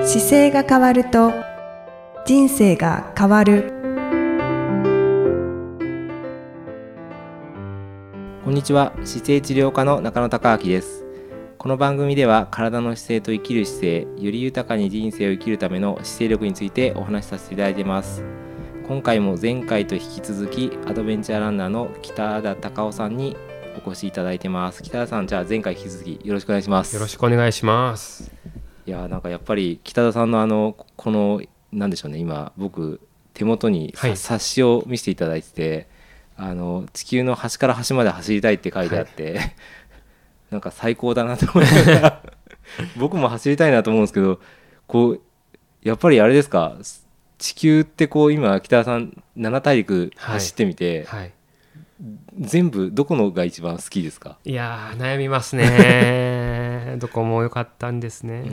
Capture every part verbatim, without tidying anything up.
姿勢が変わると人生が変わる。 こんにちは。姿勢治療科の中野孝明です。この番組では体の姿勢と生きる姿勢、より豊かに人生を生きるための姿勢力についてお話しさせていただいています。今回も前回と引き続きアドベンチャーランナーの北田孝夫さんにお越しいただいてます。北田さん、じゃあ前回引き続きよろしくお願いします。 よろしくお願いします。 いやなんかやっぱり北田さんのあのこのなんでしょうね、今僕手元に、はい、冊子を見せていただいてて、あの地球の端から端まで走りたいって書いてあって、はい、なんか最高だなと思いながら僕も走りたいなと思うんですけど、こうやっぱりあれですか、地球ってこう今北田さんなな大陸走ってみて、はいはい、全部どこのが一番好きですか？ いや悩みますねどこも良かったんですね、うん、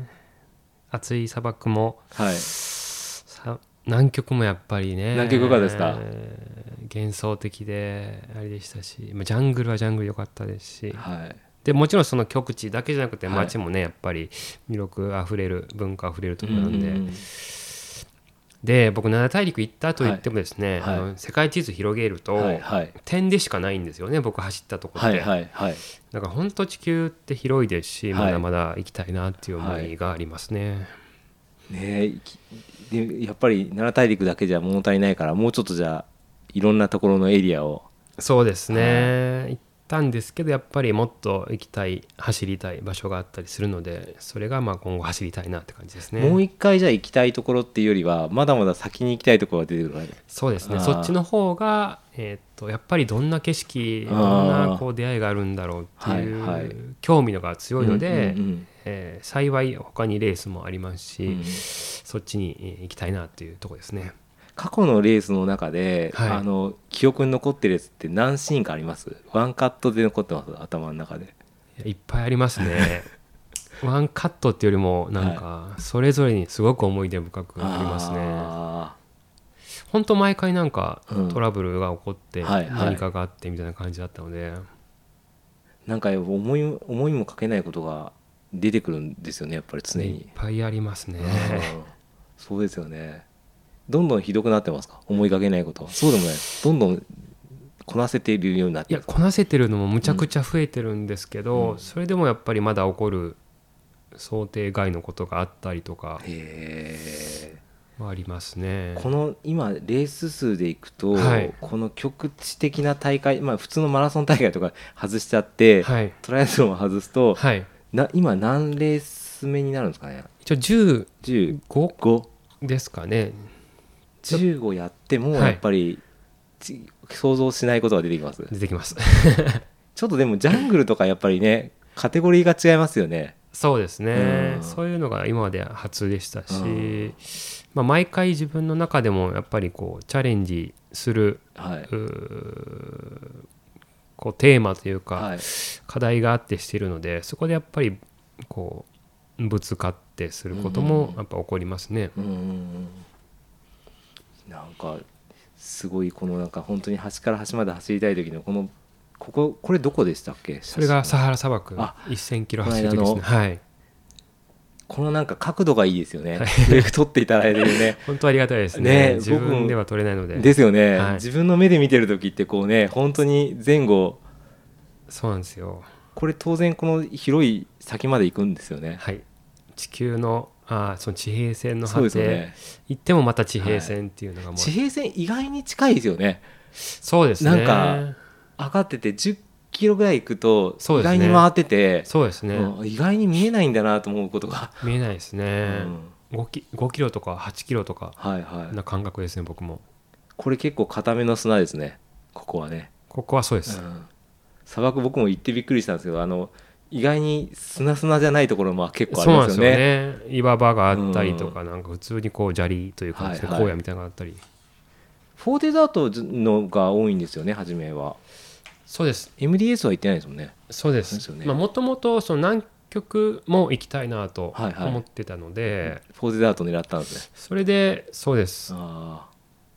暑い砂漠も、はい、さ南極もやっぱりね、 南極がですか？ 幻想的であれでしたし、ジャングルはジャングル良かったですし、 はい、 でもちろんその極地だけじゃなくて街もね、はい、やっぱり魅力あふれる文化あふれるところなんで、うんうん、で僕なな大陸行ったと言ってもですね、はい、あの世界地図広げると、はいはい、点でしかないんですよね、僕走ったところって、はいはいはい、だから本当地球って広いですし、はい、まだまだ行きたいなっていう思いがありますね、 はい、ねえ、でやっぱりなな大陸だけじゃ物足りないから、もうちょっとじゃあいろんなところのエリアを。 そうですね、はい、行ったんですけどやっぱりもっと行きたい走りたい場所があったりするので、それがまあ今後走りたいなって感じですね。 もう一回じゃあ行きたいところっていうよりはまだまだ先に行きたいところが出てくるわけ。 そうですね、そっちの方が、えー、っとやっぱりどんな景色、どんなこう出会いがあるんだろうっていう、はいはい、興味のが強いので、うんうんうん、えー、幸い他にレースもありますし、うん、そっちに行きたいなっていうところですね。 過去のレースの中で、はい、あの記憶に残ってるやつって何シーンかあります？ワンカットで残ってます？頭の中で。 いっぱいありますねワンカットっていうよりもなんかそれぞれにすごく思い出深くありますね、はい、本当毎回なんかトラブルが起こって何かがあってみたいな感じだったので、うん、はいはい、 なんか思い、思いもかけないことが出てくるんですよね、やっぱり常に。 いっぱいありますねそうですよね。どんどんひどくなってますか？思いがけないことは。そうでもない、どんどんこなせているようになって。 いや、こなせてるのもむちゃくちゃ増えてるんですけど、うん、それでもやっぱりまだ起こる想定外のことがあったりとかはありますね。 この今レース数でいくと、はい、この局地的な大会、まあ、普通のマラソン大会とか外しちゃって、はい、トライアスロンを外すと、はい、な今何レース目になるんですかね？ 一応じゅうごですかね。 じゅうごやってもやっぱり、はい、想像しないことが出てきます。 出てきますちょっとでもジャングルとかやっぱりね、カテゴリーが違いますよね。 そうですね、うん、そういうのが今まで初でしたし、うん、まあ、毎回自分の中でもやっぱりこうチャレンジする、はい、うこうテーマというか、はい、課題があってしているので、そこでやっぱりこうぶつかってすることもやっぱ起こりますね、うんうん、 なんかすごいこのなんか本当に端から端まで走りたい時のこのこここれどこでしたっけ？ それがサハラ砂漠せんキロ走る時ですね。はい、 このなんか角度がいいですよね、はい、撮っていただいてるね本当ありがたいです ね, ね自分では撮れないので。 ですよね、はい、自分の目で見てる時ってこうね、本当に前後。 そうなんですよ。 これ当然この広い先まで行くんですよね。 はい、地球のあその地平線の果て、ね、行ってもまた地平線っていうのがもう、はい、 地平線意外に近いですよね。 そうですね。 なんか上がっててじゅっキロぐらい行くと意外に回ってて、 そうですね、 うん、意外に見えないんだなと思うことが見えないですね、うん、ご, キごキロとかはちキロとかな感覚ですね、僕も。 これ結構固めの砂ですね、ここはね。 ここはそうです、うん、 砂漠僕も行ってびっくりしたんですけど、あの意外に砂砂じゃないところも結構ありますよね。そうなんですよね。 岩場があったりとか、うん、なんか普通にこう砂利というかですね、はいはい、荒野みたいなのがあったり。 フォーデザートのが多いんですよね、初めは。 そうです。 エムディーエス は行ってないですもんね。 そうです。もともと南極も行きたいなと思ってたので、はいはい、 フォーデザート狙ったんですね。 それでそうです。 あ、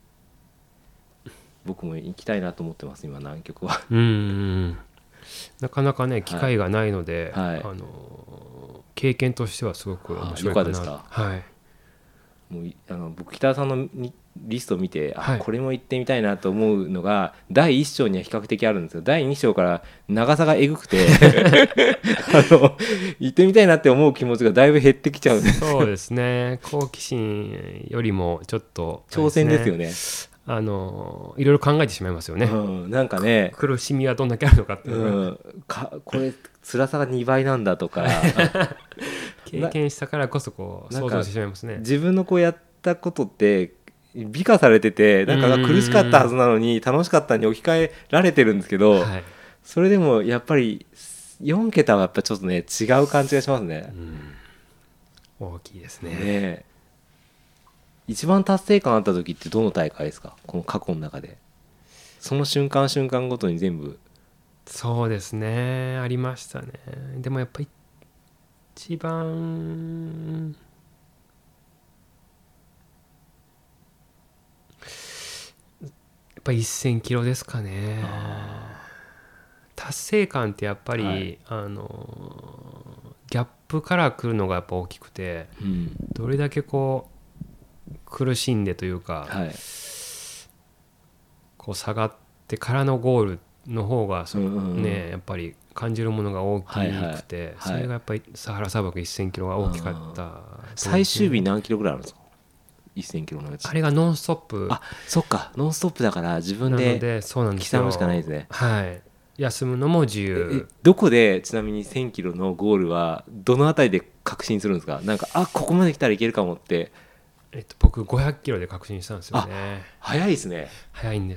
僕も行きたいなと思ってます今、南極は。 うん、なかなかね機会がないので、はいはい、あの経験としてはすごく面白いかな。 あ、よかったですか。はい。 もうあの僕北田さんのリストを見て、 はい、 あこれも行ってみたいなと思うのがだいいっ章には比較的あるんですよ。だいに章から長さがえぐくてあの行ってみたいなって思う気持ちがだいぶ減ってきちゃうんです。 そうですね。好奇心よりもちょっと、 ね、挑戦ですよね。 あのいろいろ考えてしまいますよね、 うん、なんかね苦しみはどんだけあるのかっていうのが、 うん、かこれ辛さがにばいなんだとか経験したからこそこう想像してしまいますね。 自分のこうやったことって美化されててなんか苦しかったはずなのに楽しかったに置き換えられてるんですけど、はい、それでもやっぱりよん桁はやっぱちょっとね違う感じがしますね。 うん、大きいですね。 ね一番達成感あった時ってどの大会ですか、この過去の中で。その瞬間瞬間ごとに全部。 そうですね、ありましたね。でもやっぱり一番やっぱりせんキロですかね。達成感ってやっぱり、はい、あのギャップから来るのがやっぱ大きくて、うん、どれだけこう苦しんでというか、はい、こう下がってからのゴールの方がその、うんうん、ね、やっぱり感じるものが大きくて、はいはいはい、それがやっぱりサハラ砂漠せんキロが大きかった、ね、 最終日何キロぐらいあるんですか、せんキロのやつ。 あれがノンストップ。 あ、そっか、ノンストップだから自分で刻むしかないですね。 はい、休むのも自由。 どこでちなみにせんキロのゴールはどのあたりで確信するんですか。なんかあここまで来たらいけるかもって。 えっと、僕ごひゃくキロで確信したんですよね。 早いですね。 早いんです。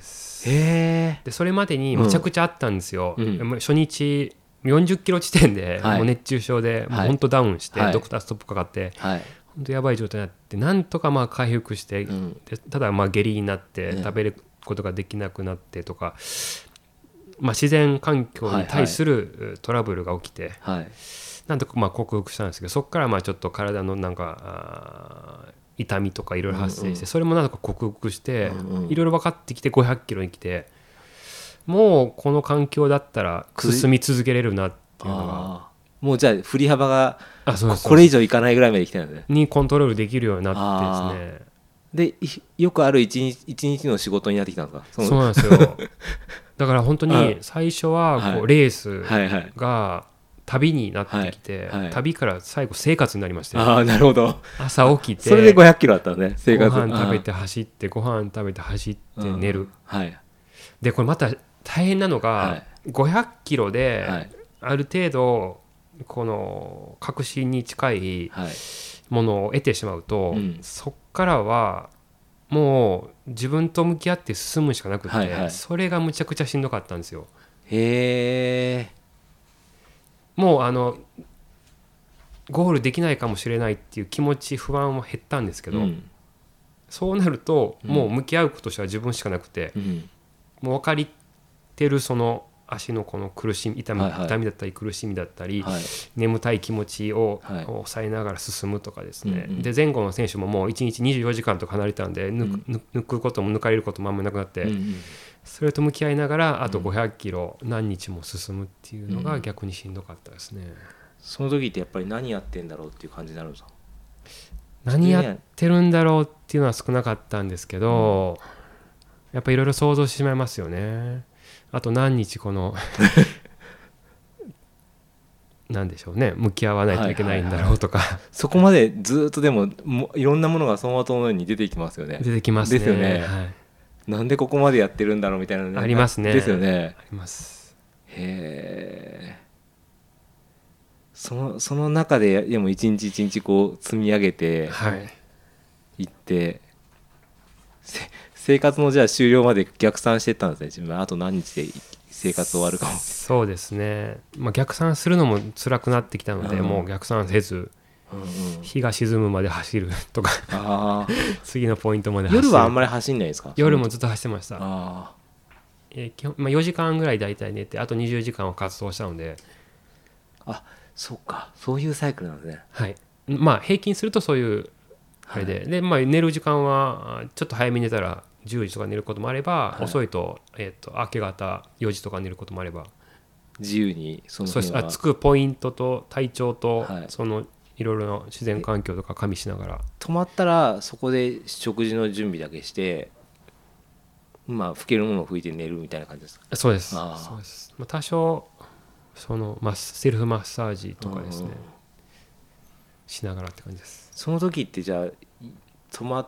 へー。 でそれまでにめちゃくちゃあったんですよ、うん、初日よんじゅっキロ地点でもう熱中症でもう本当ダウンして、はい、ドクターストップかかって、はい、本当やばい状態になってなんとかまあ回復して、うん、でただまあ下痢になって食べることができなくなってとか、まあ、自然環境に対するトラブルが起きて、はいはい、なんとかまあ克服したんですけど、そこからまあちょっと体のなんか痛みとかいろいろ発生して、うんうん、それもなんとか克服していろいろ分かってきてごひゃくキロに来て、もうこの環境だったら進み続けれるなっていうのが、 もうじゃあ振り幅がこれ以上いかないぐらいまで来たんですね。 にコントロールできるようになってですね。 でよくある一日、一日の仕事になってきたんですか。 そうなんですよ。だから本当に最初はこうレースが旅になってきて、はいはい、旅から最後生活になりました、ね。 ああ、なるほど。 朝起きてそれでごひゃくキロあったね、生活。 ご飯食べて走ってご飯食べて走って寝る、はい、でこれまた大変なのが、はい、ごひゃくキロである程度この確信に近いものを得てしまうと、はい、そっからはもう自分と向き合って進むしかなくて、はいはい、それがむちゃくちゃしんどかったんですよ。 へー。 もうあのゴールできないかもしれないっていう気持ち不安も減ったんですけど、うん、そうなるともう向き合うことしか自分しかなくて、うん、もう分かりてるその足のこの苦しみ 痛み、はいはい、痛みだったり苦しみだったり、はい、眠たい気持ちを抑えながら進むとかですね、はい、で前後の選手ももういちにちにじゅうよじかんとか離れたんで、うん、抜くことも抜かれることもあんまりなくなって、うん、それと向き合いながらあとごひゃくキロ何日も進むっていうのが逆にしんどかったですね、うん、 その時ってやっぱり何やってんだろうっていう感じになるんですか。 何やってるんだろうっていうのは少なかったんですけど、うん、やっぱいろいろ想像してしまいますよね。あと何日このなんでしょうね、向き合わないといけないんだろうとか、はいはいはい、 そこまでずっとでももいろんなものがその後のように出てきますよね。 出てきますね。 ですよね、はい、なんでここまでやってるんだろうみたいな、ね、 ありますね。 ですよね。 あります。 へー。そのその中ででも一日一日こう積み上げていって、はい、生活のじゃあ終了まで逆算していったんですね。自分はあと何日で生活終わるかも。 そうですね、まあ、逆算するのも辛くなってきたので、うん、もう逆算せず、うんうん、日が沈むまで走るとかあ次のポイントまで走る。 夜はあんまり走んないですか。 夜もずっと走ってました。あ、えー基本まあ、よじかんぐらい大体寝てあとにじゅうじかんは活動したので。 あ、そうか、そういうサイクルなんですね。 はい、まあ平均するとそういうあれで、はい、で、まあ、寝る時間はちょっと早めに寝たらじゅうじとか寝ることもあれば、はい、遅いと、えー、と明け方よじとか寝ることもあれば。 自由にそのそうですあつくポイントと体調と、はい、そのいろいろな自然環境とか加味しながら泊まったらそこで食事の準備だけしてまあ拭けるものを拭いて寝るみたいな感じですか。 そうです。そうです、まあ、多少そのマスセルフマッサージとかですね、うん、しながらって感じです。 その時ってじゃあ泊まって、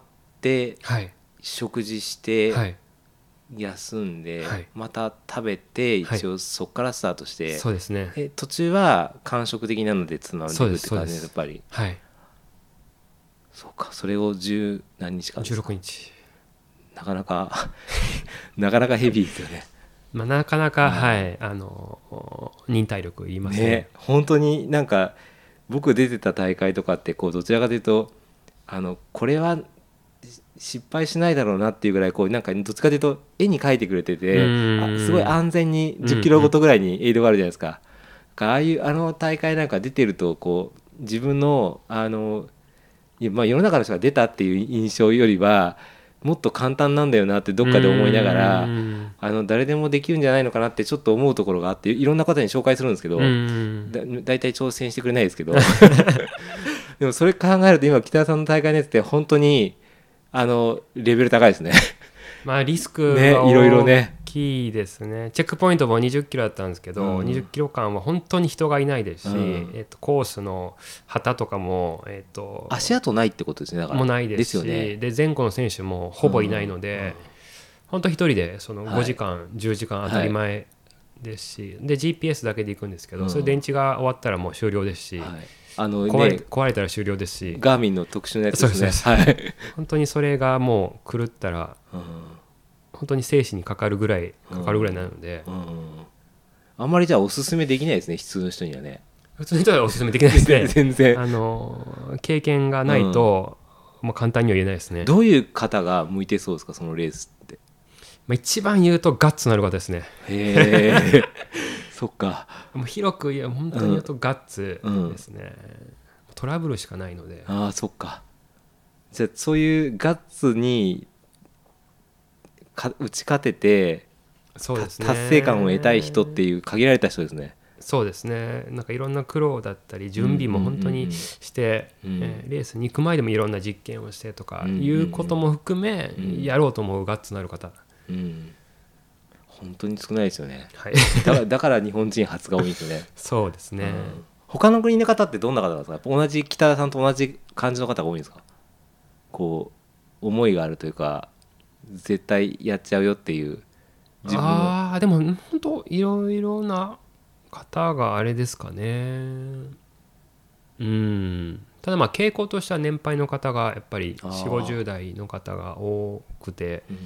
はい、食事して、はい、休んで、はい、また食べて一応そこからスタートして、はい、 そうですね。 え途中は間食的なのでつまんでいくって感じですやっぱり。 はい。 そうかそれを十何日間ですか。 じゅうろくにち。 なかなかなかなかヘビーですよね。 まあ、なかなか、うん、はいあの忍耐力言いますね。ね本当になんか僕出てた大会とかってこうどちらかというとあのこれは失敗しないだろうなっていうぐらいこうなんかどっちかというと絵に描いてくれててあすごい安全にじゅっキロごとぐらいにエイドがあるじゃないですか。ああいうあの大会なんか出てるとこう自分のあの、まあ、世の中の人が出たっていう印象よりはもっと簡単なんだよなってどっかで思いながらあの誰でもできるんじゃないのかなってちょっと思うところがあっていろんな方に紹介するんですけど だ, だいたい挑戦してくれないですけどでもそれ考えると今北田さんの大会のやつって本当にあのレベル高いですね。 まあリスクが大きいですね。チェックポイントもにじゅっキロだったんですけど、うん、にじゅっキロ間は本当に人がいないですし、うんえー、とコースの旗とかも、えー、と足跡ないってことですね。だからもうないですしですよ、ね、で前後の選手もほぼいないので、うんうん、本当一人でそのごじかん、はい、じゅうじかん当たり前ですし、はい、で ジーピーエス だけで行くんですけど、うん、それ電池が終わったらもう終了ですし、はいあのね、壊れ、壊れたら終了ですしガーミンの特殊なやつですね。 そうです、はい、本当にそれがもう狂ったら、うん、本当に生死にかかるぐらいかかるぐらいなので、うんうん、 あんまりじゃあおすすめできないですね普通の人にはね。 普通の人はおすすめできないですね全然あの経験がないと、うん、もう簡単には言えないですね。 どういう方が向いてそうですかそのレースって。 まあ、一番言うとガッツのある方ですね。 へえそっかもう広く言う本当に言うとガッツですね、うん、トラブルしかないので。 ああそっか。じゃあそういうガッツにか打ち勝ててそうですね、 達成感を得たい人っていう限られた人ですね。 そうですね。なんかいろんな苦労だったり準備も本当にして、うんうんうんえー、レースに行く前でもいろんな実験をしてとかいうことも含めやろうと思うガッツのある方、うんうん本当に少ないですよね、 はい、 だ, だから日本人初が多いですよねそうですね、うん、 他の国の方ってどんな方なんですか。同じ北田さんと同じ感じの方が多いんですか。こう思いがあるというか絶対やっちゃうよっていう自分のあでも本当いろいろな方があれですかね。うんただまあ傾向としては年配の方がやっぱりよんじゅうごじゅう代の方が多くて、うん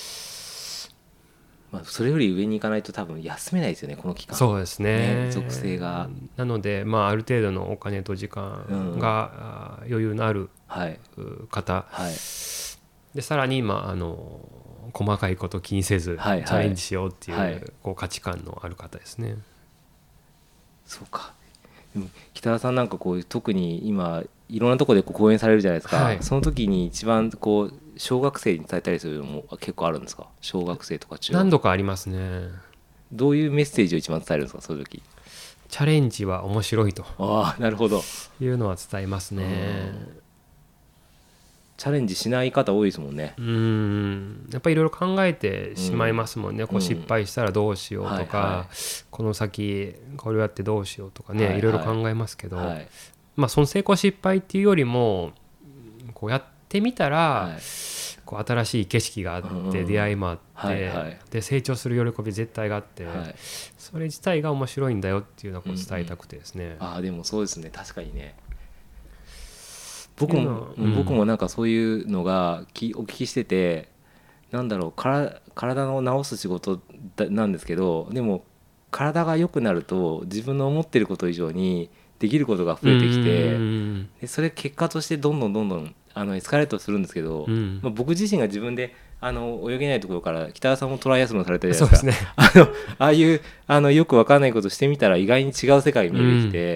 まあ、それより上に行かないと多分休めないですよねこの期間。 そうです ね, ね属性がなので、まあ、ある程度のお金と時間が、うん、余裕のある方、はいはい、でさらに、まあ、あの細かいこと気にせずチャレンジしようっていう、はいはい、こう価値観のある方ですね。 そうか。でも北田さんなんかこう特に今いろんなところでこう講演されるじゃないですか、はい、その時に一番こう小学生に伝えたりするのも結構あるんですか。小学生とか中学何度かありますね。 どういうメッセージを一番伝えるんですかそういう時。 チャレンジは面白いとああなるほどいうのは伝えますね。 チャレンジしない方多いですもんね。 うんやっぱりいろいろ考えてしまいますもんね、うん、こう失敗したらどうしようとか、うんはいはい、この先これをやってどうしようとかね、はいはい、いろいろ考えますけど、はい、まあその成功失敗っていうよりもこうやってみたら、はい、こう新しい景色があって、うん、出会いもあって、はいはい、で成長する喜び絶対があって、はい、それ自体が面白いんだよっていうのをこう伝えたくてですね、うんうん、 あでもそうですね確かにね。僕も、うん、僕もなんかそういうのがきお聞きしててなんだろうから体を治す仕事だなんですけどでも体が良くなると自分の思ってること以上にできることが増えてきてでそれ結果としてどんどんどんどんあのエスカレートするんですけど、うんまあ、僕自身が自分であの泳げないところから北田さんもトライアスロンされてるじゃないですか。そうですね、あのああいうあのよく分かんないことしてみたら意外に違う世界が見えてきて、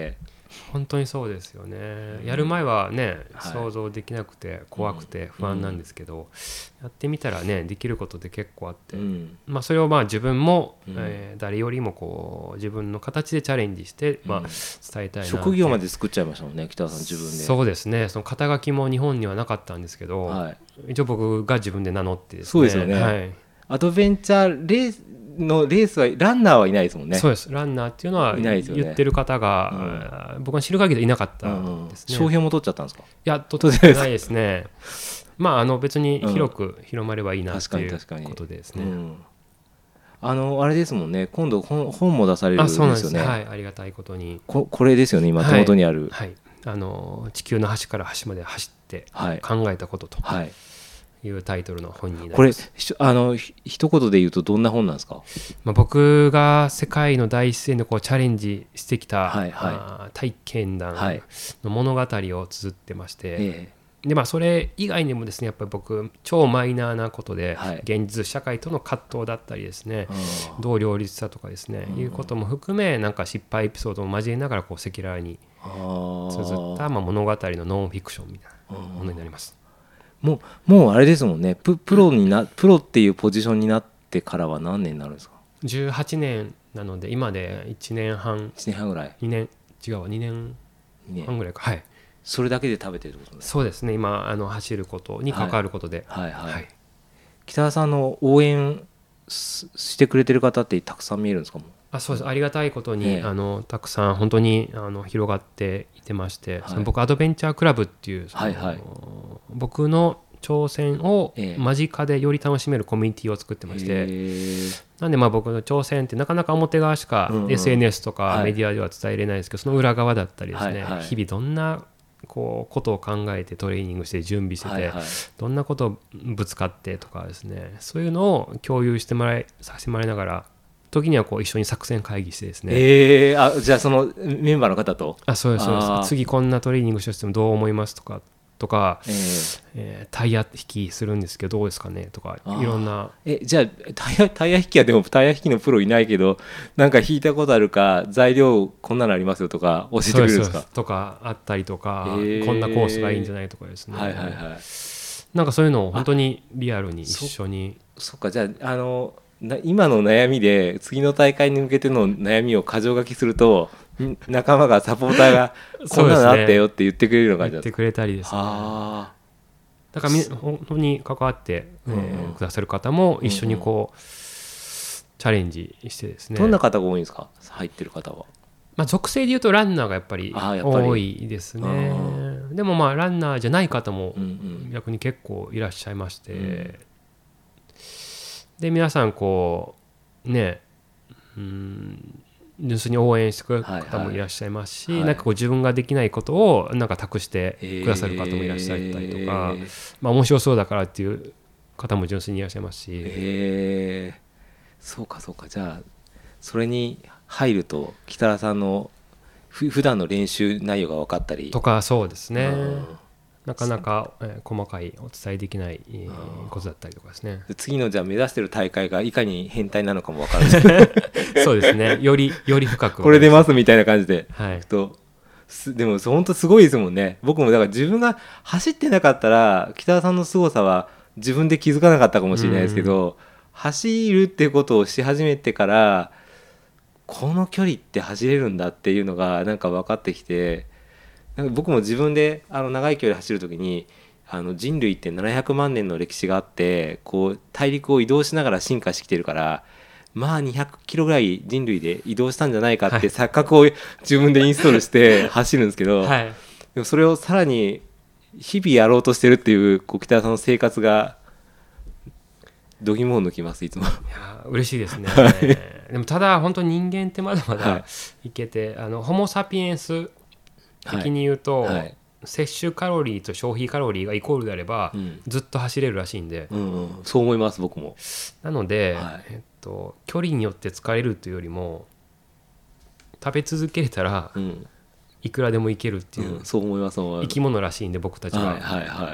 本当にそうですよね。やる前はね、 はい、 想像できなくて怖くて不安なんですけど、うん、やってみたらねできることって結構あって、うん、まあ、それをまあ自分も、うん、えー、誰よりもこう自分の形でチャレンジして、まあ、伝えたいなって。 職業まで作っちゃいましたもんね、北田さん自分で。 そうですね。その肩書きも日本にはなかったんですけど、はい、一応僕が自分で名乗ってですね。 そうですよね、はい、アドベンチャーレースのレースはランナーはいないですもんね。 そうです。ランナーっていうのは言ってる方が、うん、僕が知る限りでいなかったですね。 商標も取っちゃったんですか？いや、取ってないですね。まああの別に広く広まればいいなっていうことですね。うん、 あのあれですもんね。今度 本, 本も出されるんですよね。あ、そうなんです。 はい、ありがたいことに。 こ, これですよね。今手元にある。 はい。はい、あの地球の端から端まで走って考えたことと。はい。いうタイトルの本になります。 これあの一言で言うとどんな本なんですか？ まあ、僕が世界の大自然でこうチャレンジしてきた、はいはい、体験談の物語を綴ってまして、はい、でまあ、それ以外にもですねやっぱり僕超マイナーなことで、はい、現実社会との葛藤だったりですね、どう両立したとかですね、いうことも含めなんか失敗エピソードも交えながらこう赤裸々に綴ったまあ物語のノンフィクションみたいなものになります。 もう、もうあれですもんね。プ、プロにな、プロっていうポジションになってからは何年になるんですか？ じゅうはちねんなので今でいちねんはんいちねんはんぐらいにねん違うわにねんはんぐらいか。はい。 それだけで食べてるってことですね。 そうですね。今あの走ることに関わることで、 はいはいはいはい、北田さんの応援してくれてる方ってたくさん見えるんですか？もうあそうです。ありがたいことに、えー、あのたくさん本当にあの広がっていてまして、はい、その僕アドベンチャークラブっていうその、はいはい、僕の挑戦を間近でより楽しめるコミュニティを作ってまして、えー、なんでまあ僕の挑戦ってなかなか表側しか エスエヌエス とかメディアでは伝えれないですけど、その裏側だったりですね、はいはい、日々どんなこうことを考えてトレーニングして準備してて、はいはい、どんなことをぶつかってとかですね、そういうのを共有してもらいさせてもらいながら時にはこう一緒に作戦会議してですね、 えー、あじゃあそのメンバーの方とあそうですそうです。次こんなトレーニングしてもどう思いますとかとか、えーえー、タイヤ引きするんですけどどうですかねとかいろんな。 えじゃあタイヤ、タイヤ引きはでもタイヤ引きのプロいないけどなんか引いたことあるか材料こんなのありますよとか教えてくれるんですか？ とかあったりとか、えー、こんなコースがいいんじゃないとかですね、 はいはいはい、 なんかそういうのを本当にリアルに一緒に。 そっかじゃあ、あの今の悩みで次の大会に向けての悩みを箇条書きすると仲間がサポーターがこんなのあったよって言ってくれるのか、 ね、言ってくれたりですね。あだからみ本当に関わって、えーうん、くださる方も一緒にこう、うん、チャレンジしてですね。 どんな方が多いんですか？入ってる方は。 まあ、属性でいうとランナーがやっぱり多いですね。でもまあランナーじゃない方も逆に結構いらっしゃいまして、うんうん、で皆さんこうねうん純粋に応援してくれる方もいらっしゃいますし、はいはい、なんかこう自分ができないことをなんか託してくださる方もいらっしゃったりとか、えーまあ、面白そうだからっていう方も純粋にいらっしゃいますし、 えー、そうかそうか。じゃあそれに入ると北田さんのふ普段の練習内容が分かったりとか。そうですね、なかなか、えー、細かいお伝えできない、えー、ことだったりとかですね。 次のじゃあ目指してる大会がいかに変態なのかも分かるそうですね。よりより深くこれ出ますみたいな感じで、 はい、 とでも本当すごいですもんね。僕もだから自分が走ってなかったら北田さんの凄さは自分で気づかなかったかもしれないですけど、走るっていうことをし始めてからこの距離って走れるんだっていうのがなんか分かってきて、なんか僕も自分であの長い距離走るときにあの人類ってななひゃくまんねんの歴史があってこう大陸を移動しながら進化してきてるからまあにひゃくキロぐらい人類で移動したんじゃないかって錯覚を自分でインストールして走るんですけど、はい、でもそれをさらに日々やろうとしてるっていうこう北田さんの生活が度肝を抜きますいつも。いや嬉しいですねでもただ本当に人間ってまだまだいけて、はい、あのホモ・サピエンス的に言うと、はいはい、摂取カロリーと消費カロリーがイコールであれば、うん、ずっと走れるらしいんで、 うんうん、そう思います僕も。 なので、はいえっと、距離によって疲れるというよりも食べ続けれたら、うん、いくらでもいけるっていう、うん、 そう思います生き物らしいんで僕たちは、 はいはいはい、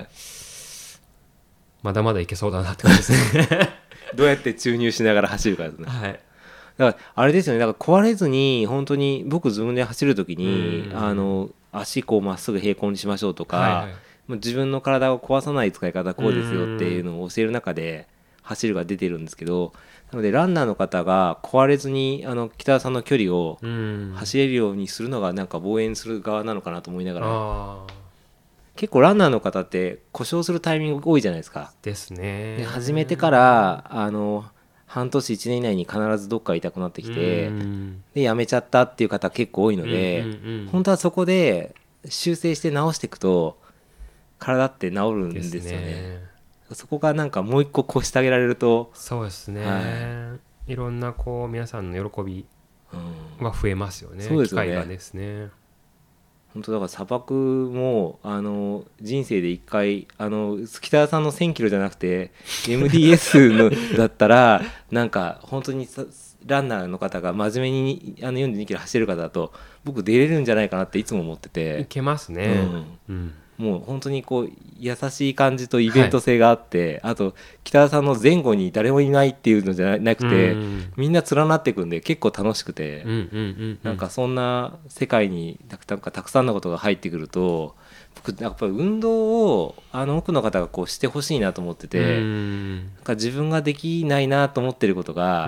まだまだいけそうだなって感じですねどうやって注入しながら走るかですね、 はい、 だからあれですよね、だから壊れずに本当に僕自分で走るときに、うん、あの足こうまっすぐ平行にしましょうとか、はいはい、自分の体を壊さない使い方こうですよっていうのを教える中で走るが出てるんですけど、なのでランナーの方が壊れずにあの北田さんの距離を走れるようにするのがなんか防衛する側なのかなと思いながら、あ結構ランナーの方って故障するタイミング多いじゃないですか。 ですね。 で始めてからあの半年いちねん以内に必ずどっか痛くなってきて、でやめちゃったっていう方結構多いので、うんうんうん、本当はそこで修正して直していくと体って治るんですよね。ですね。そこがなんかもう一個こうしてあげられると。 そうですね、はい、いろんなこう皆さんの喜びは増えますよね、うん、そうですよね、機会がですね。 本当だから砂漠もあの人生で一回あの北田さんのせんキロじゃなくて エムディーエス のだったらなんか本当にランナーの方が真面目にあのよんじゅうにキロ走れる方だと僕出れるんじゃないかなっていつも思ってて。 いけますね、 うんうん、もう本当にこう優しい感じとイベント性があって、はい、あと北田さんの前後に誰もいないっていうのじゃなくて、うんうん、みんな連なっていくんで結構楽しくて、うんうんうんうん、なんかそんな世界になんかたくさんのことが入ってくると僕やっぱり運動をあの多くの方がこうしてほしいなと思ってて、うん、なんか自分ができないなと思ってることが、うん、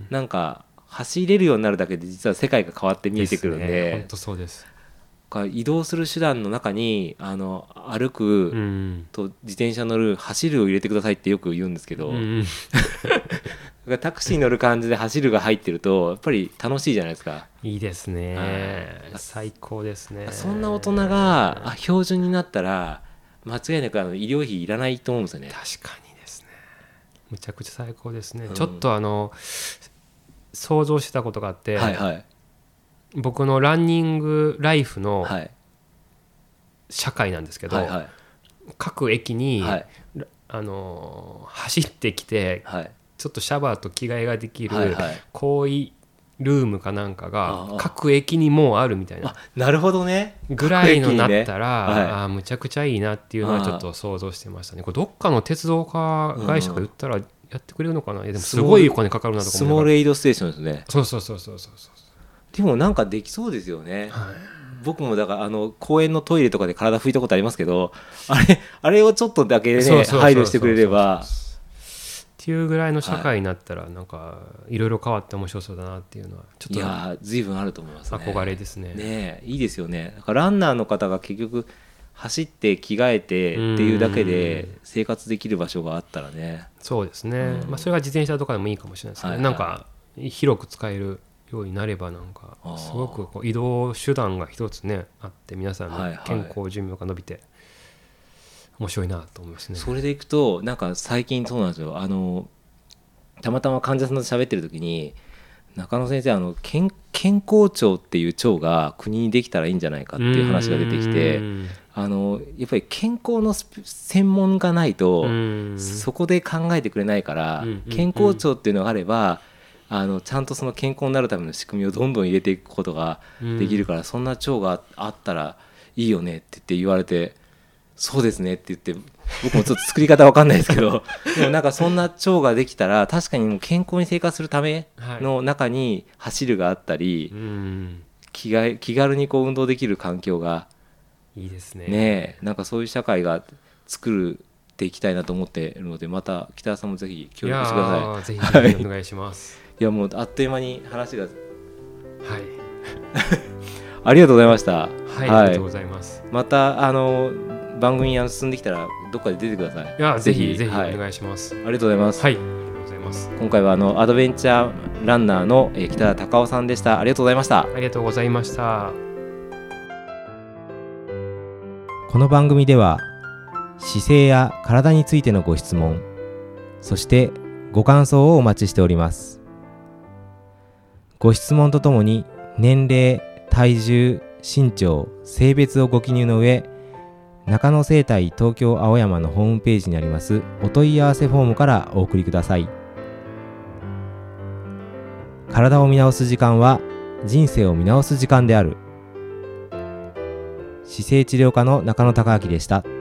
なんか走れるようになるだけで実は世界が変わって見えてくるんで、 本当そうです。 移動する手段の中にあの歩くと自転車乗る走るを入れてくださいってよく言うんですけど、うん、タクシー乗る感じで走るが入ってるとやっぱり楽しいじゃないですか。 いいですね、最高ですね。 そんな大人があ標準になったら間違いなくあの医療費いらないと思うんですよね。 確かにですね、むちゃくちゃ最高ですね、うん、ちょっとあの想像してたことがあって、はいはい、僕のランニングライフの社会なんですけど、はいはい、各駅に、はい、あのー、走ってきて、はい、ちょっとシャワーと着替えができる更衣ルームかなんかが各駅にもうあるみたいな。 あ、なるほどね。 ぐらいのなったら、ね、はい、あむちゃくちゃいいなっていうのはちょっと想像してましたね。これどっかの鉄道化会社が言ったらやってくれるのかな。でもすごいお金かかるなとか。 スモールエイドステーションですね。 そうそうそうそうそうそう。 でもなんかできそうですよね、はい、僕もだからあの公園のトイレとかで体拭いたことありますけど、あれあれをちょっとだけね配慮してくれればっていうぐらいの社会になったらなんかいろいろ変わって面白そうだなっていうのはちょっと、 いや随分あると思いますね。 憧れですね。 ね、いいですよね。だからランナーの方が結局走って着替えてっていうだけで生活できる場所があったらね。 そうですね、まあ、それが自転車とかでもいいかもしれないですね、はいはい、なんか広く使えるようになればなんかすごくこう移動手段が一つねあって皆さんの健康寿命が伸びて面白いなと思いますね。 それでいくとなんか最近そうなんですよ、あのたまたま患者さんと喋ってる時に中野先生あの 健, 健康庁っていう庁が国にできたらいいんじゃないかっていう話が出てきて、あのやっぱり健康の専門がないとそこで考えてくれないから健康庁っていうのがあればあのちゃんとその健康になるための仕組みをどんどん入れていくことができるから、うん、そんな庁があったらいいよねって言って言われて、そうですねって言って僕もちょっと作り方わかんないですけどでもなんかそんな庁ができたら確かにもう健康に生活するための中に走るがあったり、はい、うん気が気軽にこう運動できる環境がいいですね。 ね、なんかそういう社会が作るっていきたいなと思っているので、また北田さんもぜひ協力してください。 ぜひぜひお願いしますいやもうあっという間に話がはいありがとうございました。 はい、はい、ありがとうございます。 またあの番組に進んできたらどっかで出てください。 いやぜひぜひお願いします、 はい、ありがとうございます。 はい、ありがとうございます。 今回はあのアドベンチャーランナーの北田隆夫さんでした。ありがとうございました。 ありがとうございました。 この番組では姿勢や体についてのご質問、そしてご感想をお待ちしております。ご質問とともに年齢、体重、身長、性別をご記入の上、中野生態東京青山のホームページにありますお問い合わせフォームからお送りください。体を見直す時間は人生を見直す時間である。姿勢治療科の中野孝明でした。